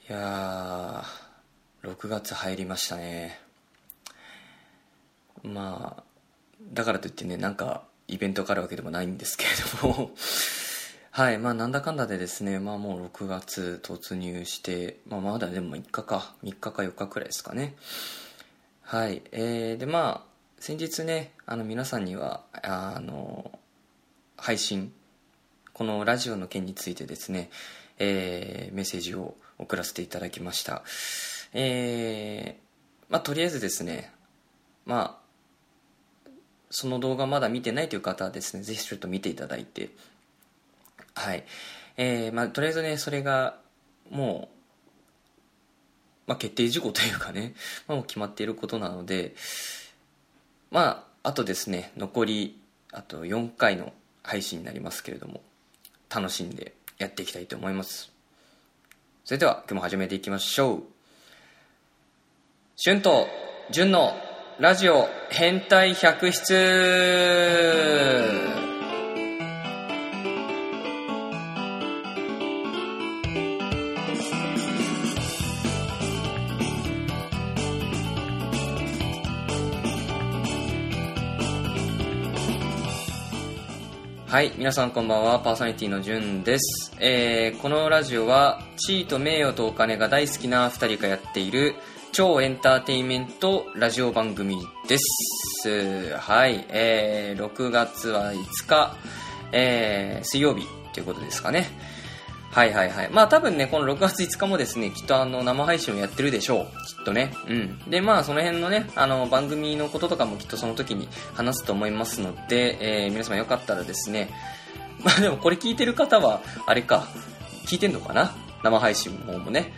いやー、6月入りましたね。まあだからといってね、なんかイベントがあるわけでもないんですけれどもはい、まあなんだかんだでですね、まあもう6月突入して、まだでも3日か4日くらいですかね。はい、でまあ先日ね、皆さんには配信、このラジオの件についてですね、メッセージを送らせていただきました。とりあえずですね、その動画まだ見てないという方はですね、ぜひちょっと見ていただいて、はい、とりあえずね、それがもう、決定事項というかね、もう決まっていることなので、あとですね、残りあと4回の配信になりますけれども、楽しんでやっていきたいと思います。それでは今日も始めていきましょう。春と純のラジオ変態百室。はい、皆さんこんばんは。パーソナリティのじゅんです。このラジオは地位と名誉とお金が大好きな2人がやっている超エンターテインメントラジオ番組です。はい、6月は5日、水曜日ということですかね。はい。多分ね、この6月5日もですね、きっと生配信をやってるでしょう。きっとね。で、その辺のね、番組のこととかもきっとその時に話すと思いますので、皆様よかったらですね、でもこれ聞いてる方は、あれか、聞いてんのかな？生配信の方もね。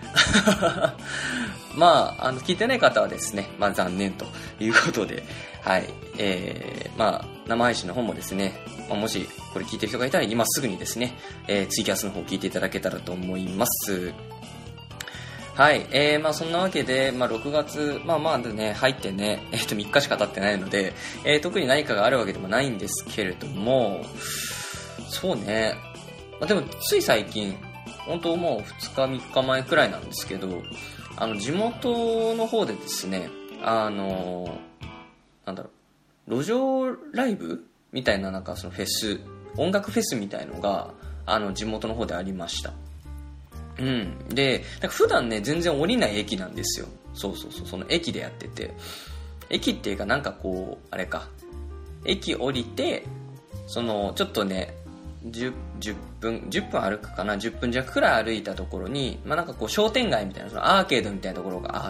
聞いてない方はですね、残念ということで、はい。生配信の方もですね、もしこれ聞いてる人がいたら今すぐにですね、ツイキャスの方聞いていただけたらと思います。はい。そんなわけで、6月、でね、入ってね、3日しか経ってないので、特に何かがあるわけでもないんですけれども、そうね、でもつい最近、本当もう2日3日前くらいなんですけど、地元の方でですね、路上ライブみたいな、そのフェス、音楽フェスみたいのが地元の方でありました。で、普段ね、全然降りない駅なんですよ。そう、その駅でやってて、駅っていうかあれか、駅降りて、ちょっとね、10分歩くかな、10分弱くらい歩いたところに、商店街みたいな、そのアーケードみたいなところがあって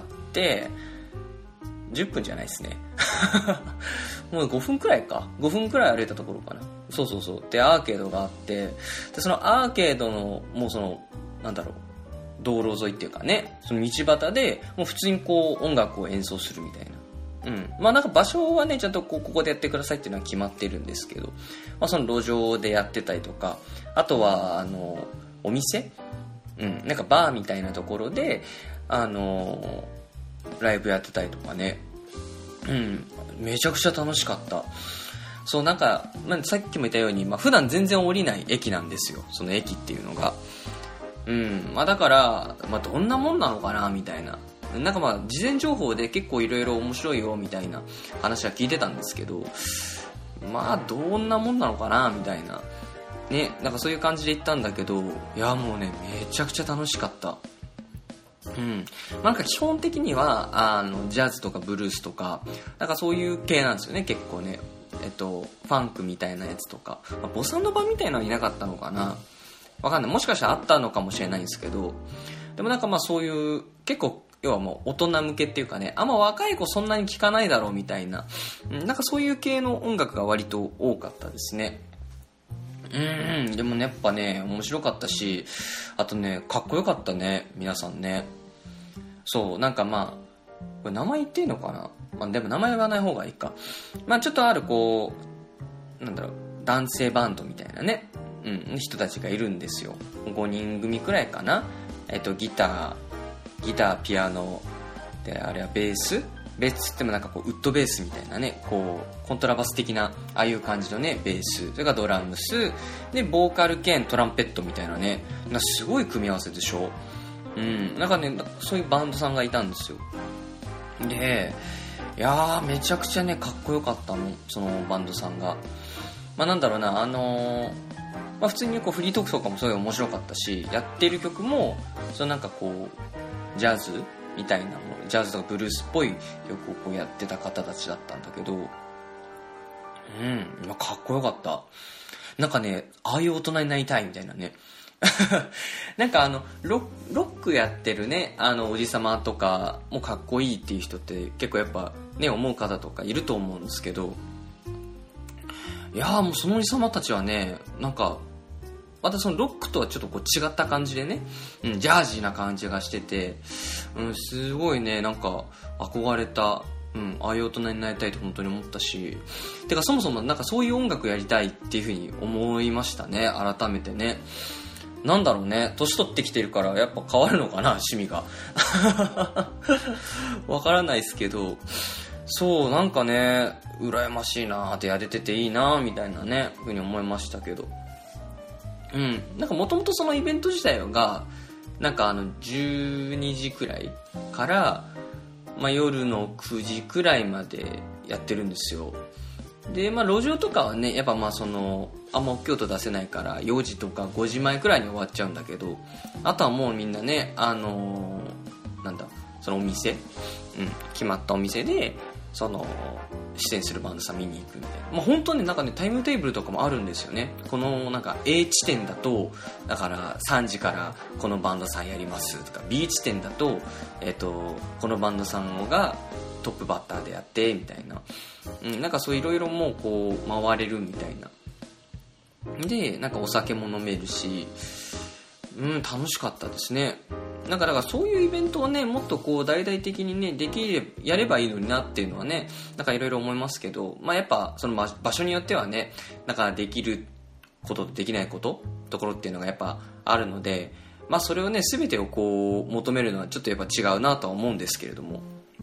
、10分じゃないですね。もう5分くらい歩いたところかな。そう。で、アーケードがあって、で、そのアーケードの、もう道路沿いっていうかね、その道端で、もう普通に音楽を演奏するみたいな。場所はね、ちゃんとここでやってくださいっていうのは決まってるんですけど、その路上でやってたりとか、あとは、お店？バーみたいなところで、ライブやってたりとかね。めちゃくちゃ楽しかった。そう、さっきも言ったように、普段全然降りない駅なんですよ、その駅っていうのが。だから、どんなもんなのかなみたいな。事前情報で結構いろいろ面白いよみたいな話は聞いてたんですけど、どんなもんなのかなみたいなね、そういう感じで行ったんだけど、いやもうね、めちゃくちゃ楽しかった。基本的にはジャズとかブルースとかそういう系なんですよね、結構ね。ファンクみたいなやつとか、ボサノバみたいなのはいなかったのかな、わかんない、もしかしたらあったのかもしれないんですけど、でもそういう結構、要はもう大人向けっていうかね、若い子そんなに聴かないだろうみたいな、そういう系の音楽が割と多かったですね。でもね、やっぱね、面白かったし、あとね、かっこよかったね、皆さんね。そう、これ名前言っていいのかな、でも名前言わない方がいいか。ちょっとある男性バンドみたいなね、人たちがいるんですよ。5人組くらいかな。ギター、ピアノで、あれはベースって言ってもウッドベースみたいなね、コントラバス的なああいう感じのねベース、それからドラムスでボーカル兼トランペットみたいなね、すごい組み合わせでしょ。 なんかね、そういうバンドさんがいたんですよ。で、いやー、めちゃくちゃね、かっこよかったの、そのバンドさんが。なんだろうな、普通にこうフリートークとかもすごい面白かったし、やってる曲も、なんかこう、ジャズみたいな、ジャズとかブルースっぽい曲をこうやってた方たちだったんだけど、かっこよかった。なんかね、ああいう大人になりたいみたいなね。なんかロックやってるね、おじさまとかもかっこいいっていう人って結構やっぱね、思う方とかいると思うんですけど、いやーもうそのおじさまたちはね、なんか、またそのロックとはちょっとこう違った感じでね、ジャージーな感じがしてて、すごいね、なんか憧れた、ああいう大人になりたいと本当に思ったし、てかそもそもなんかそういう音楽やりたいっていう風に思いましたね、改めてね。なんだろうね、年取ってきてるからやっぱ変わるのかな、趣味が。わからないですけど、そう、なんかね、羨ましいなーってやれてていいなーみたいなね、風に思いましたけど。なんかもともとそのイベント自体が、なんか12時くらいから、夜の9時くらいまでやってるんですよ。で、路上とかはね、やっぱあんま大きい音出せないから4時とか5時前くらいに終わっちゃうんだけど、あとはもうみんなね、そのお店、決まったお店で、出演するバンドさん見に行くみたいな。本当になんかね、タイムテーブルとかもあるんですよね。このなんか A 地点だと、だから3時からこのバンドさんやりますとか、B 地点だと、このバンドさんがトップバッターでやってみたいな。なんかそういろいろもうこう回れるみたいな。で、なんかお酒も飲めるし、楽しかったですね。だからそういうイベントをね、もっとこう大々的にね、やればいいのになっていうのはね、なんかいろいろ思いますけど、やっぱその場所によってはね、なんかできることとできないところっていうのがやっぱあるので、それをね、全てをこう求めるのはちょっとやっぱ違うなとは思うんですけれども。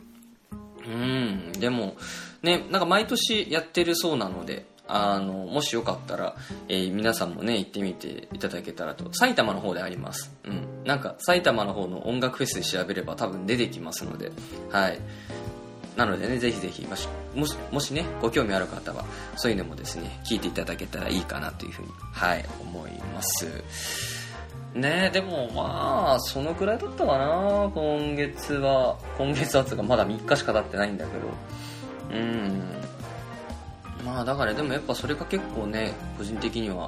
でも、ね、なんか毎年やってるそうなので、もしよかったら、皆さんもね行ってみていただけたらと。埼玉の方であります。なんか埼玉の方の音楽フェスで調べれば多分出てきますので、はい。なのでね、ぜひぜひもしねご興味ある方はそういうのもですね聞いていただけたらいいかなというふうに思います。ね。でもそのくらいだったかな。今月はつうかまだ3日しか経ってないんだけど、だからでもやっぱそれが結構ね、個人的には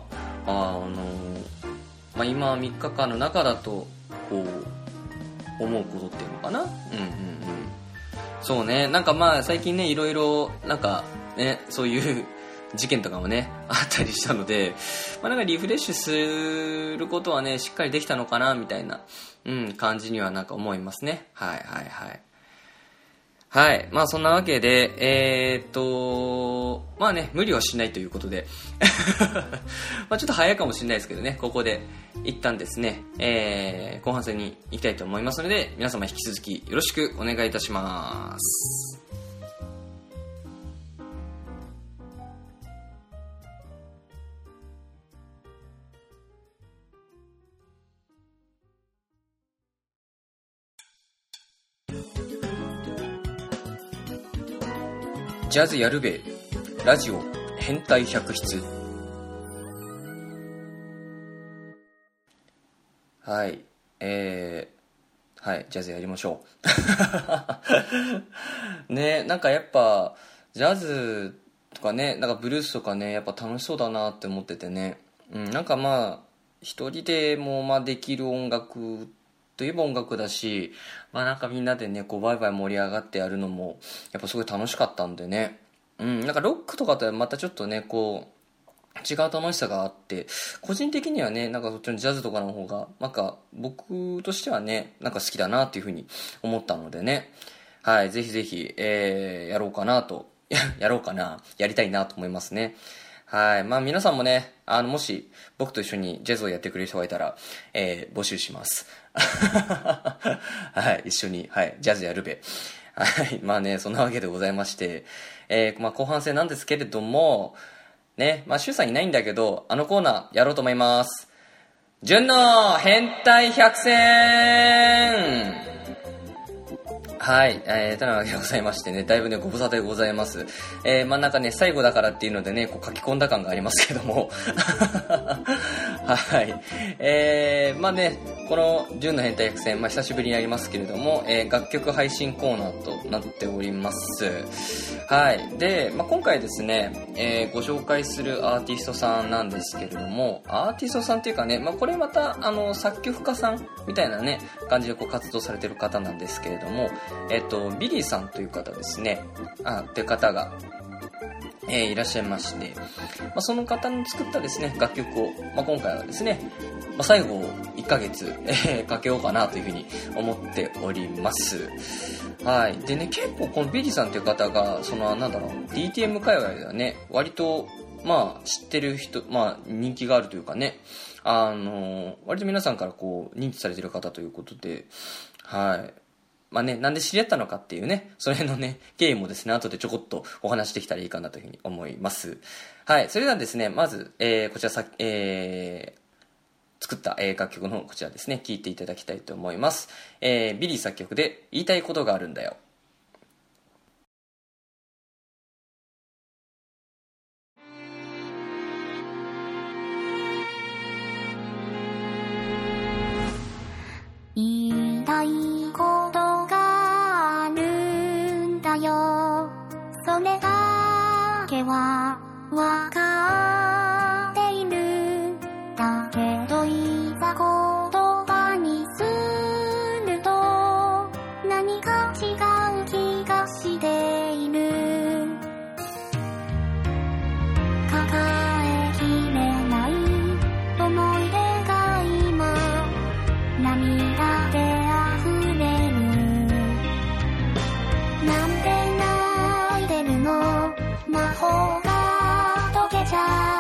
今3日間の中だとこう思うことっていうのかな。そうね、なんか最近ねいろいろなんかねそういう事件とかもねあったりしたので、なんかリフレッシュすることはねしっかりできたのかなみたいな感じにはなんか思いますね。はい。そんなわけで、無理はしないということで、ちょっと早いかもしれないですけどね、ここで一旦ですね、後半戦に行きたいと思いますので、皆様引き続きよろしくお願いいたします。ジャズやるべラジオ変態百出。はい、ジャズやりましょう。ね、なんかやっぱジャズとかね、なんかブルースとかね、やっぱ楽しそうだなって思っててね、なんか一人でもできる音楽といえば音楽だし、なんかみんなでねこうワイワイ盛り上がってやるのもやっぱすごい楽しかったんでね、なんかロックとかとはまたちょっとねこう違う楽しさがあって、個人的にはねなんかそっちのジャズとかの方がなんか僕としてはねなんか好きだなっていうふうに思ったのでね、ぜひぜひ、やろうかなとやりたいなと思いますね。皆さんもねもし僕と一緒にジャズをやってくれる人がいたら、募集します一緒にジャズやるべ。そんなわけでございまして、後半戦なんですけれどもね、シュウさんいないんだけどコーナーやろうと思います。 純の変態百選。はい、となわけでございましてね、だいぶね、ご無沙汰でございます。なんかね、最後だからっていうのでね、こう書き込んだ感がありますけども。はい。ね、この純の変態百選、久しぶりにやりますけれども、楽曲配信コーナーとなっております。はい。で、今回ですね、ご紹介するアーティストさんなんですけれども、アーティストさんっていうかね、これまた、作曲家さんみたいなね、感じでこう活動されてる方なんですけれども、ビリーさんという方ですね、という方が、いらっしゃいまして、その方の作ったですね、楽曲を、今回はですね、最後1ヶ月、かけようかなというふうに思っております。はい。でね、結構このビリーさんという方が、DTM 界隈ではね、割と、知ってる人、人気があるというかね、割と皆さんからこう、認知されてる方ということで、はい。なんで知り合ったのかっていうね、それのね、経緯もですね、後でちょこっとお話してきたらいいかなというふうに思います。はい。それではですね、まず、こちら作った、楽曲の方こちらですね、聴いていただきたいと思います。ビリー作曲で言いたいことがあるんだよ。 言いたいことがあるんだよ。それだけはわかっている。だけどいざ言葉にすると何か違う気がしている。抱えきれない思い出が今涙で溢れる。なんで泣いてるの？魔法が解けちゃう。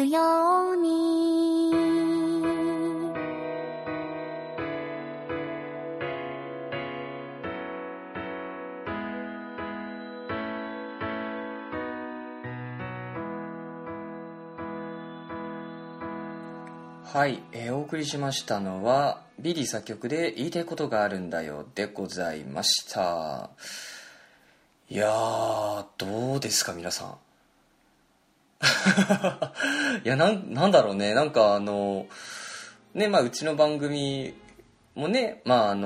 るようにはい、お送りしましたのはビリー作曲で言いたいことがあるんだよでございました。いやー、どうですか皆さん。いや、なんだろうね、なんかね、まあうちの番組もね、まあ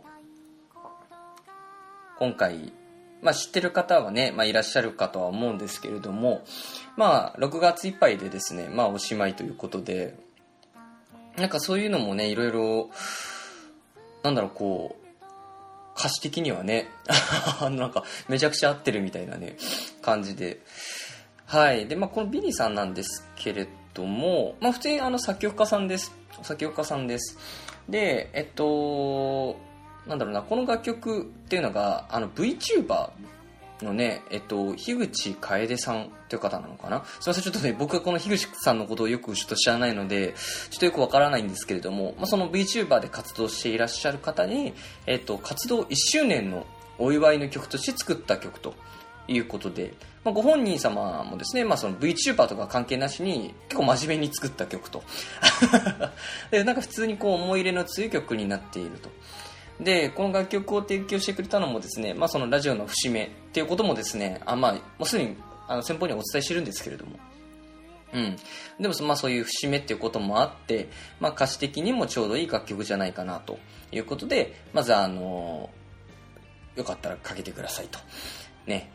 今回、まあ知ってる方はね、まあいらっしゃるかとは思うんですけれども、まあ6月いっぱいでですね、まあおしまいということで、なんかそういうのもね、いろいろ、なんだろう、こう、歌詞的にはね、なんかめちゃくちゃ合ってるみたいなね、感じで。はい。で、まあこのビリーさんなんですけれども、まあ普通に作曲家さんです。作曲家さんです。で、なんだろうな、この楽曲っていうのが、VTuber のね、樋口楓さんという方なのかな。すいません、ちょっとね、僕はこの樋口さんのことをよくちょっと知らないので、ちょっとよくわからないんですけれども、まあ、その VTuber で活動していらっしゃる方に、活動1周年のお祝いの曲として作った曲ということで、まあ、ご本人様もですね、まあ、その VTuber とか関係なしに結構真面目に作った曲と。で、なんか普通にこう思い入れの強い曲になっていると。で、この楽曲を提供してくれたのもですね、まあそのラジオの節目っていうこともですね、まあ、もうすでに先方にはお伝えしてるんですけれども、でもまあそういう節目っていうこともあって、まあ歌詞的にもちょうどいい楽曲じゃないかなということで、まずよかったらかけてくださいと。ね、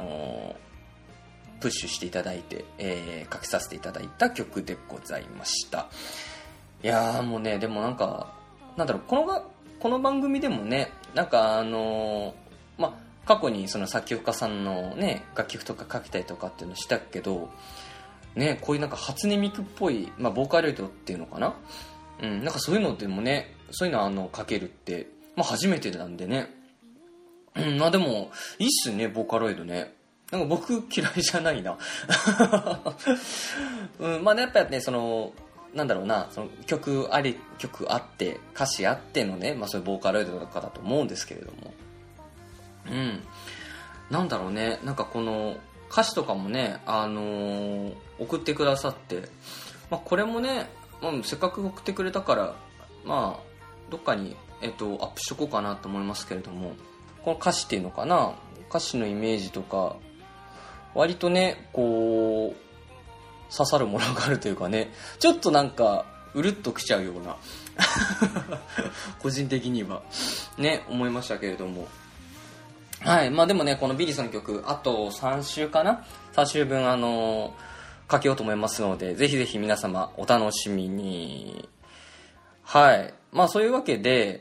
プッシュしていただいて、かけさせていただいた曲でございました。いやーもうね、でもなんか、なんだろう、この番組でもね、なんかまあ、過去にその作曲家さんのね、楽曲とか書けたりとかっていうのしたけど、ね、こういうなんか初音ミクっぽい、まあ、ボーカロイドっていうのかな、なんかそういうのでもね、そういうの書けるって、まあ初めてなんでね、まあでも、いいっすね、ボーカロイドね。なんか僕嫌いじゃないな。まあね、やっぱりね、なんだろうな、その曲あって歌詞あってのね、まあそういうボーカロイドとかだと思うんですけれども、なんだろうね、なんかこの歌詞とかもね、送ってくださって、まあこれもね、まあ、せっかく送ってくれたから、まあどっかにアップしとこうかなと思いますけれども、この歌詞っていうのかな、歌詞のイメージとか割とね、こう刺さるものがあるというかね、ちょっとなんかうるっときちゃうような個人的にはね思いましたけれども、はい。まあでもね、このビリーさんの曲あと3週かな、3週分かけようと思いますので、ぜひぜひ皆様お楽しみに。はい。まあそういうわけで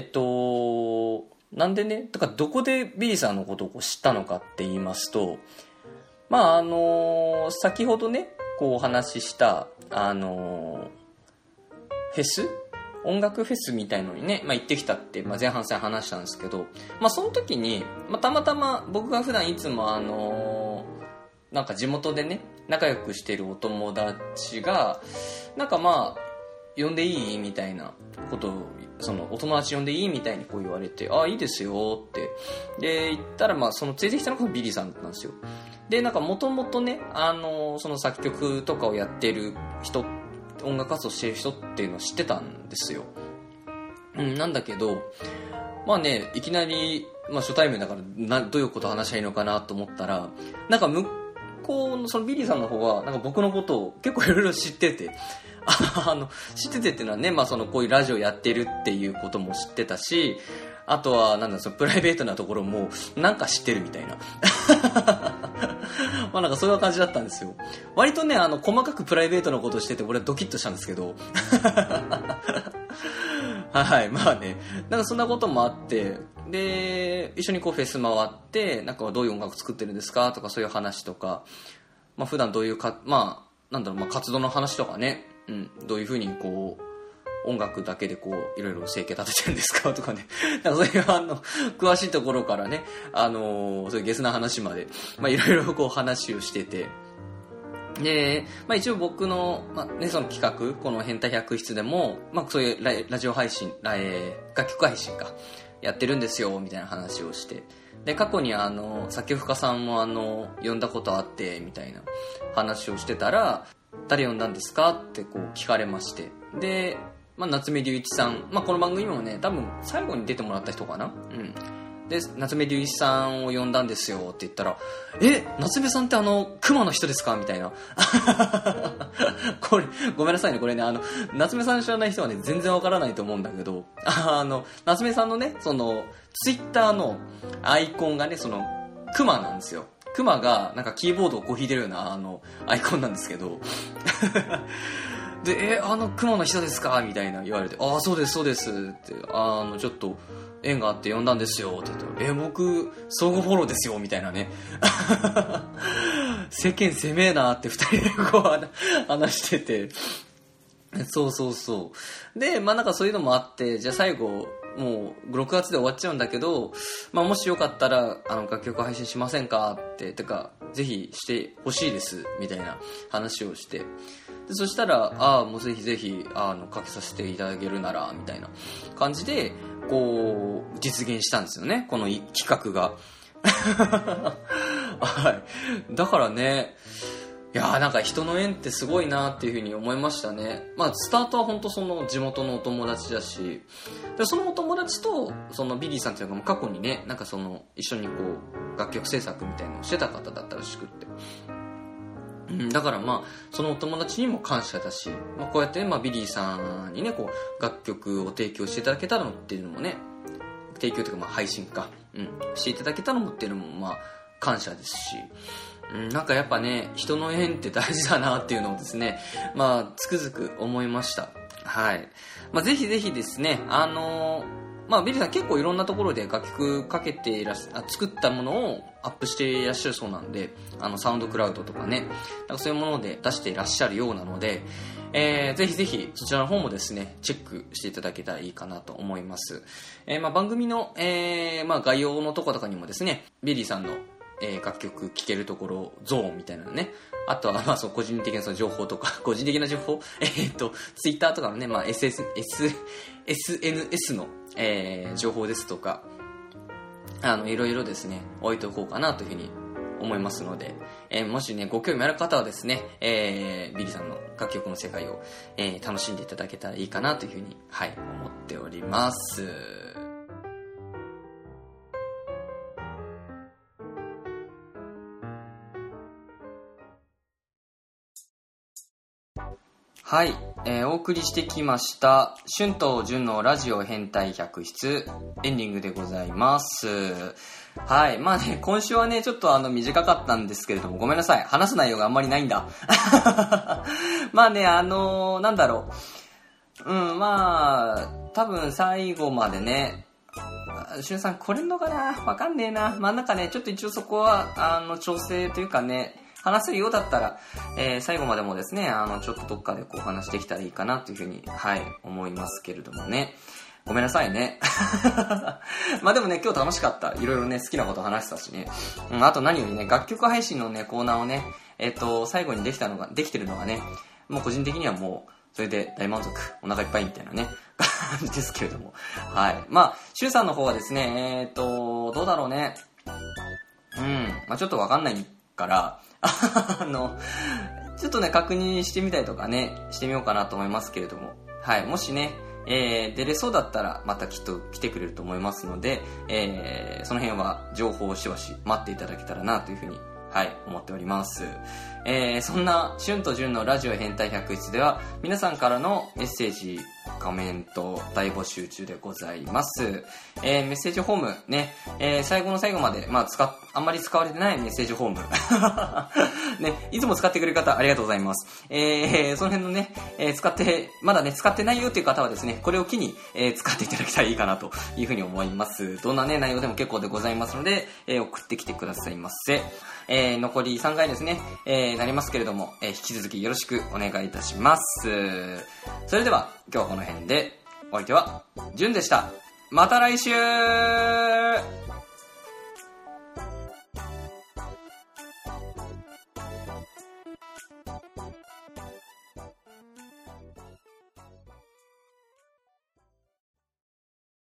なんでね、とかどこでビリーさんのことを知ったのかって言いますと、まあ先ほどねこうお話ししたフェス、音楽フェスみたいのにね、まあ、行ってきたって、まあ、前半戦話したんですけど、まあ、その時に、まあ、たまたま僕が普段いつもなんか地元でね仲良くしてるお友達がなんかまあ呼んでいいみたいなことを、そのお友達呼んでいいみたいにこう言われて、ああいいですよってで言ったら、まあその連れてきたのがビリーさんなんですよ。でなんかもともとねその作曲とかをやってる人、音楽活動してる人っていうのを知ってたんですよ。なんだけどまあね、いきなり、まあ、初対面だからどういうこと話しゃいいのかなと思ったら、なんか向こうのそのビリーさんの方はなんか僕のことを結構いろいろ知ってて知っててっていうのはね、まあ、こういうラジオやってるっていうことも知ってたし、あとはなんだそのプライベートなところもなんか知ってるみたいなまあなんかそういう感じだったんですよ。割とね細かくプライベートなことをしてて俺はドキッとしたんですけどはい、まあね、なんかそんなこともあって、で一緒にこうフェス回って、なんかどういう音楽作ってるんですかとかそういう話とか、まあ普段どういうまあなんだろう、まあ活動の話とかね、どういう風にこう音楽だけでこういろいろ生計立ててるんですかとかね、なんかそういう詳しいところからね、そういうゲスな話まで、まあいろいろこう話をしてて、 で、一応僕の、その企画、この変態百室でも、そういうラジオ配信、楽曲配信か、やってるんですよ、みたいな話をして。で、過去に作曲家さんも呼んだことあって、みたいな話をしてたら、誰呼んだんですかってこう聞かれまして。で、夏目隆一さん、この番組もね、多分最後に出てもらった人かな。うん。で、夏目隆一さんを呼んだんですよって言ったら、夏目さんって熊の人ですかみたいな。これ、ごめんなさいね、これね、夏目さん知らない人はね、全然わからないと思うんだけど、夏目さんのね、その、ツイッターのアイコンがね、その、熊なんですよ。熊が、なんかキーボードをこう弾いてるような、アイコンなんですけど、で、熊の人ですかみたいな言われて、そうです、そうですって、ちょっと、縁があって呼んだんですよって言って、僕、相互フォローですよみたいなね。世間狭えなって二人でこう話してて、そうそうそう。で、なんかそういうのもあって、じゃあ最後、もう6月で終わっちゃうんだけど、もしよかったら楽曲配信しませんかって、てかぜひしてほしいですみたいな話をして、でそしたらもうぜひぜひかけさせていただけるならみたいな感じでこう実現したんですよね、この企画が。はい。だからね、いやーなんか人の縁ってすごいなっていう風に思いましたね。スタートは本当その地元のお友達だし、でそのお友達とそのビリーさんっていうのが過去にね、なんかその一緒にこう楽曲制作みたいなのをしてた方だったらしくって、だからそのお友達にも感謝だし、こうやってね、ビリーさんにねこう楽曲を提供していただけたのっていうのもね、提供というか配信か、していただけたのもっていうのも感謝ですし、なんかやっぱね、人の縁って大事だなっていうのをですね、つくづく思いました。はい。ぜひぜひですね、ビリーさん結構いろんなところで楽曲かけて作ったものをアップしていらっしゃるそうなんで、サウンドクラウドとかね、なんかそういうもので出していらっしゃるようなので、ぜひぜひそちらの方もですね、チェックしていただけたらいいかなと思います。番組の、概要のところとかにもですね、ビリーさんの楽曲聴けるところゾーンみたいなのね、あとはそう個人的なその情報とか、個人的な情報、ツイッターとかのね、SNS の、情報ですとか、いろいろですね置いておこうかなというふうに思いますので、もしねご興味ある方はですね、ビリーさんの楽曲の世界を、楽しんでいただけたらいいかなというふうに、思っております。はい、お送りしてきました春と純のラジオ変態百室エンディングでございます。はい、今週はねちょっと短かったんですけれども、ごめんなさい、話す内容があんまりないんだ。なんだろう、多分最後までね、しゅんさん来れんのかな、わかんねえな。なんかねちょっと一応そこは調整というかね、話せるようだったら、最後までもですね、ちょっとどっかでこう話できたらいいかなというふうに、思いますけれどもね。ごめんなさいね。でもね、今日楽しかった。いろいろね、好きなこと話したしね。あと何よりね、楽曲配信のね、コーナーをね、最後にできてるのがね、もう個人的にはもう、それで大満足、お腹いっぱいみたいなね、感じですけれども。はい。シュウさんの方はですね、どうだろうね。ちょっとわかんないから、ちょっとね、確認してみたりとかね、してみようかなと思いますけれども。はい。もしね、出れそうだったら、またきっと来てくれると思いますので、その辺は情報をしばし待っていただけたらなというふうに、思っております。そんな、春と純のラジオ変態百室では、皆さんからのメッセージ、コメント大募集中でございます。メッセージフォームね、最後の最後まで、あんまり使われてないメッセージフォーム。ね、いつも使ってくれる方ありがとうございます。その辺のね、まだね、使ってないよという方はですね、これを機に、使っていただけたらいいかなというふうに思います。どんなね、内容でも結構でございますので、送ってきてくださいませ。残り3回ですね、なりますけれども、引き続きよろしくお願いいたします。それでは、今日はこの辺で、お相手は、じゅんでした。また来週。